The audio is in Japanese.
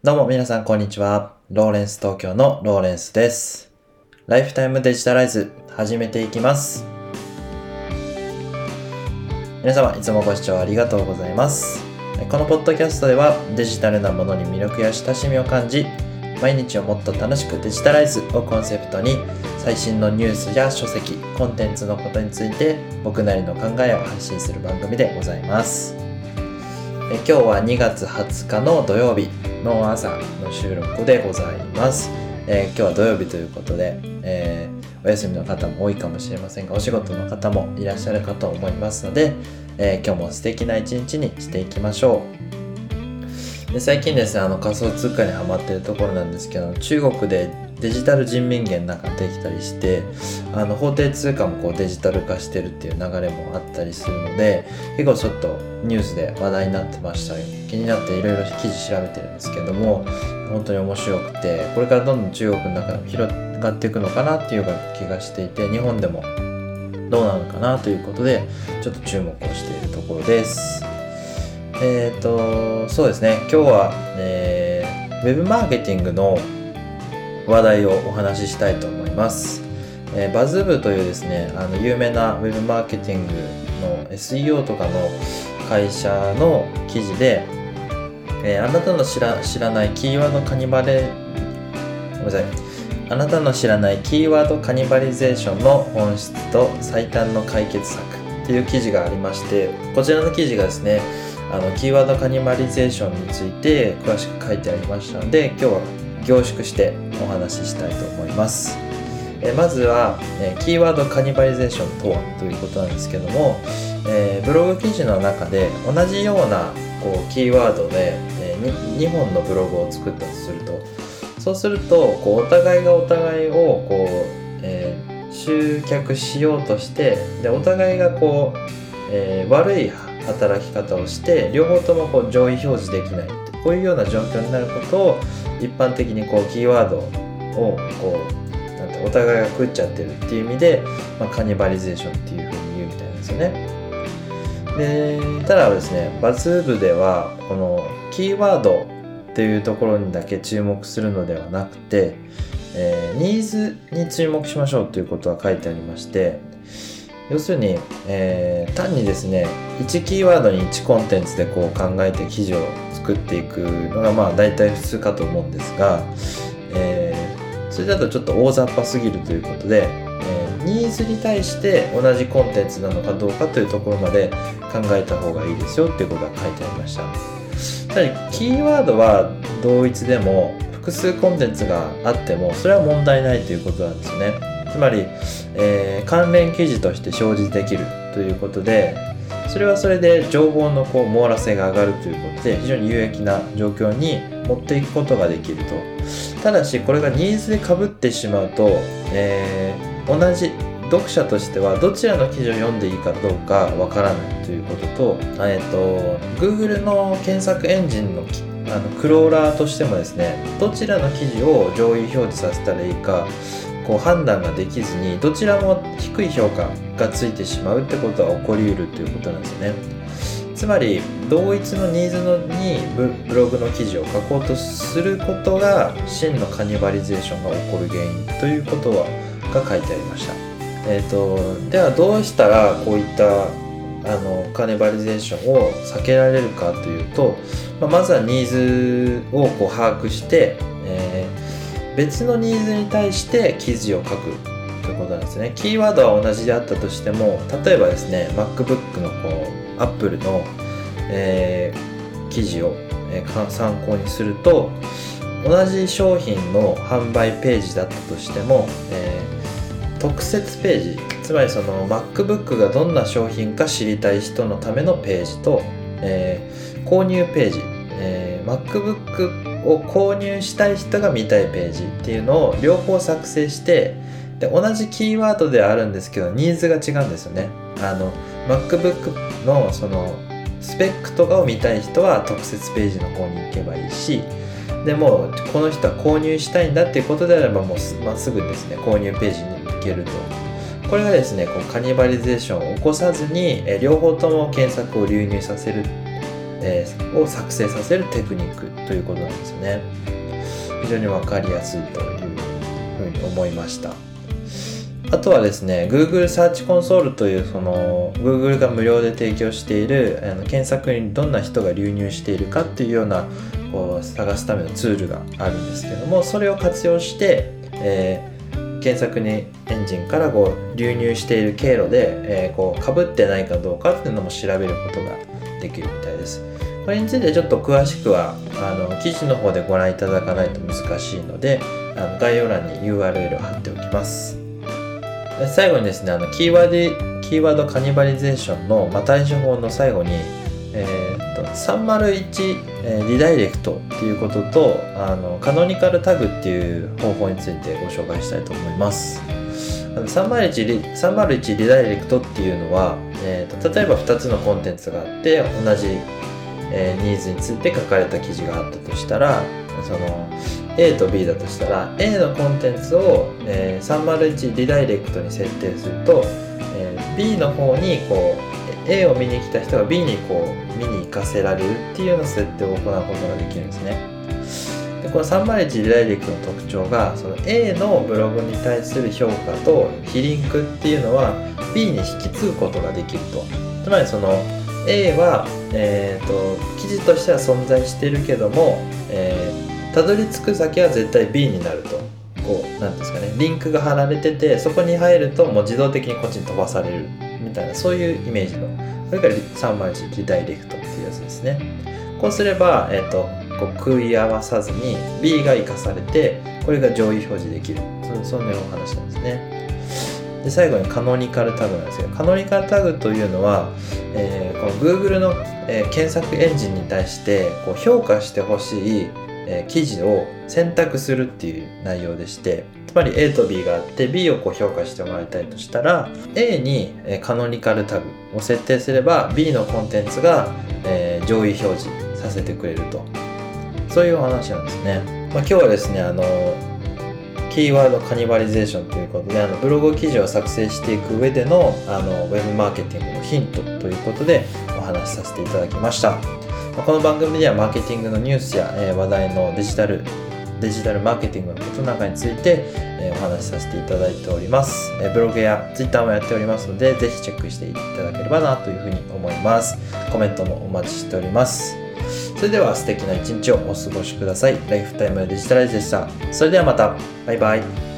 どうも皆さんこんにちは。ローレンス東京のローレンスです。ライフタイムデジタライズ始めていきます。皆様いつもご視聴ありがとうございます。このポッドキャストではデジタルなものに魅力や親しみを感じ、毎日をもっと楽しくデジタライズをコンセプトに最新のニュースや書籍、コンテンツのことについて僕なりの考えを発信する番組でございます。今日は2月20日の土曜日の朝の収録でございます。今日は土曜日ということで、お休みの方も多いかもしれませんが、お仕事の方もいらっしゃるかと思いますので、今日も素敵な一日にしていきましょう。で最近ですね、仮想通貨にハマっているところなんですけど、中国でデジタル人民元なんかできたりして、法定通貨もこうデジタル化してるっていう流れもあったりするので、結構ちょっとニュースで話題になってました。気になっていろいろ記事調べてるんですけども、本当に面白くて、これからどんどん中国の中でも広がっていくのかなっていう気がしていて、日本でもどうなのかなということでちょっと注目をしているところです。そうですね、今日は、ウェブマーケティングの話題をお話ししたいと思います。バズ部というですね、有名なウェブマーケティングの SEO とかの会社の記事で、あなたの知らないキーワードカニバリあなたの知らないキーワードカニバリゼーションの本質と最短の解決策っていう記事がありまして、こちらの記事がですね、キーワードカニバリゼーションについて詳しく書いてありましたので、今日は凝縮してお話ししたいと思います。まずは、キーワードカニバリゼーションとはということなんですけども、ブログ記事の中で同じようなキーワードで、2本のブログを作ったとすると、そうするとお互いがお互いを集客しようとして、でお互いが悪い働き方をして両方とも上位表示できない、こういうような状況になることを一般的にキーワードをお互いが食っちゃってるっていう意味で、カニバリゼーションっていう風に言うみたいなんですよね。でただですね、バズ部ではこのキーワードっていうところにだけ注目するのではなくて、ニーズに注目しましょうということが書いてありまして、要するに、単にですね1キーワードに1コンテンツで考えて記事を作っていくのが大体普通かと思うんですが、それだとちょっと大雑把すぎるということで、ニーズに対して同じコンテンツなのかどうかというところまで考えた方がいいですよっていうことが書いてありました。ただキーワードは同一でも複数コンテンツがあってもそれは問題ないということなんですよね。つまり、関連記事として表示できるということで、それはそれで情報の網羅性が上がるということで非常に有益な状況に持っていくことができると。ただしこれがニーズで被ってしまうと、同じ読者としてはどちらの記事を読んでいいかどうかわからないということと、Google の検索エンジンのクローラーとしてもですね、どちらの記事を上位表示させたらいいか判断ができずに、どちらも低い評価がついてしまうってことは起こりうるということなんですよね。つまり同一のニーズにブログの記事を書こうとすることが真のカニバリゼーションが起こる原因ということが書いてありました。ではどうしたらこういったカニバリゼーションを避けられるかというと、まずはニーズを把握して、別のニーズに対して記事を書くということなんですね。キーワードは同じであったとしても、例えばですね MacBook のApple の、記事を、参考にすると、同じ商品の販売ページだったとしても、特設ページ、つまりその MacBook がどんな商品か知りたい人のためのページと、購入ページ、MacBook を購入したい人が見たいページっていうのを両方作成して、で同じキーワードではあるんですけどニーズが違うんですよね。MacBook のそのスペックとかを見たい人は特設ページの方に行けばいいし、でもこの人は購入したいんだっていうことであればもうすぐですね購入ページに行けると。これがですねカニバリゼーションを起こさずに両方とも検索を流入させるを作成させるテクニックということなんですよね。非常に分かりやすいというふうに思いました。あとはですね、Google サーチコンソールというGoogle が無料で提供している検索にどんな人が流入しているかっていうような探すためのツールがあるんですけども、それを活用して、検索エンジンから流入している経路で、被ってないかどうかっていうのも調べることができるみたいです。これについてちょっと詳しくは記事の方でご覧いただかないと難しいので、概要欄に URL を貼っておきます。最後にですね、キーワードカニバリゼーションの、対処法の最後に、301、リダイレクトっていうこととカノニカルタグっていう方法についてご紹介したいと思います。301リダイレクトっていうのは、例えば2つのコンテンツがあって同じ、ニーズについて書かれた記事があったとしたら、A と B だとしたら A のコンテンツを、301リダイレクトに設定すると、B の方にA を見に来た人が B に見に行かせられるっていうような設定を行うことができるんですね。でこの301リダイレクトの特徴が、A のブログに対する評価と非リンクっていうのは B に引き継ぐことができると。つまりA は、記事としては存在しているけども、たどり着く先は絶対 B になると。なんですかね、リンクが貼られてて、そこに入るともう自動的にこっちに飛ばされるみたいな、そういうイメージの、これが301リダイレクトっていうやつですね。こうすれば、食い合わさずに B が生かされて、これが上位表示できる、そんなお話なんですね。で最後にカノニカルタグなんですけど、カノニカルタグというのは、この Google の、検索エンジンに対して評価してほしい記事を選択するっていう内容でして、つまり A と B があって B を評価してもらいたいとしたら A にカノニカルタグを設定すれば B のコンテンツが上位表示させてくれると、そういうお話なんですね。今日はですね、キーワードカニバリゼーションということで、ブログ記事を作成していく上でのウェブマーケティングのヒントということでお話しさせていただきました。この番組ではマーケティングのニュースや話題のデジタルマーケティングのことなんかについてお話しさせていただいております。ブログやツイッターもやっておりますので、ぜひチェックしていただければなというふうに思います。コメントもお待ちしております。それでは素敵な一日をお過ごしください。ライフタイムデジタライズでした。それではまた。バイバイ。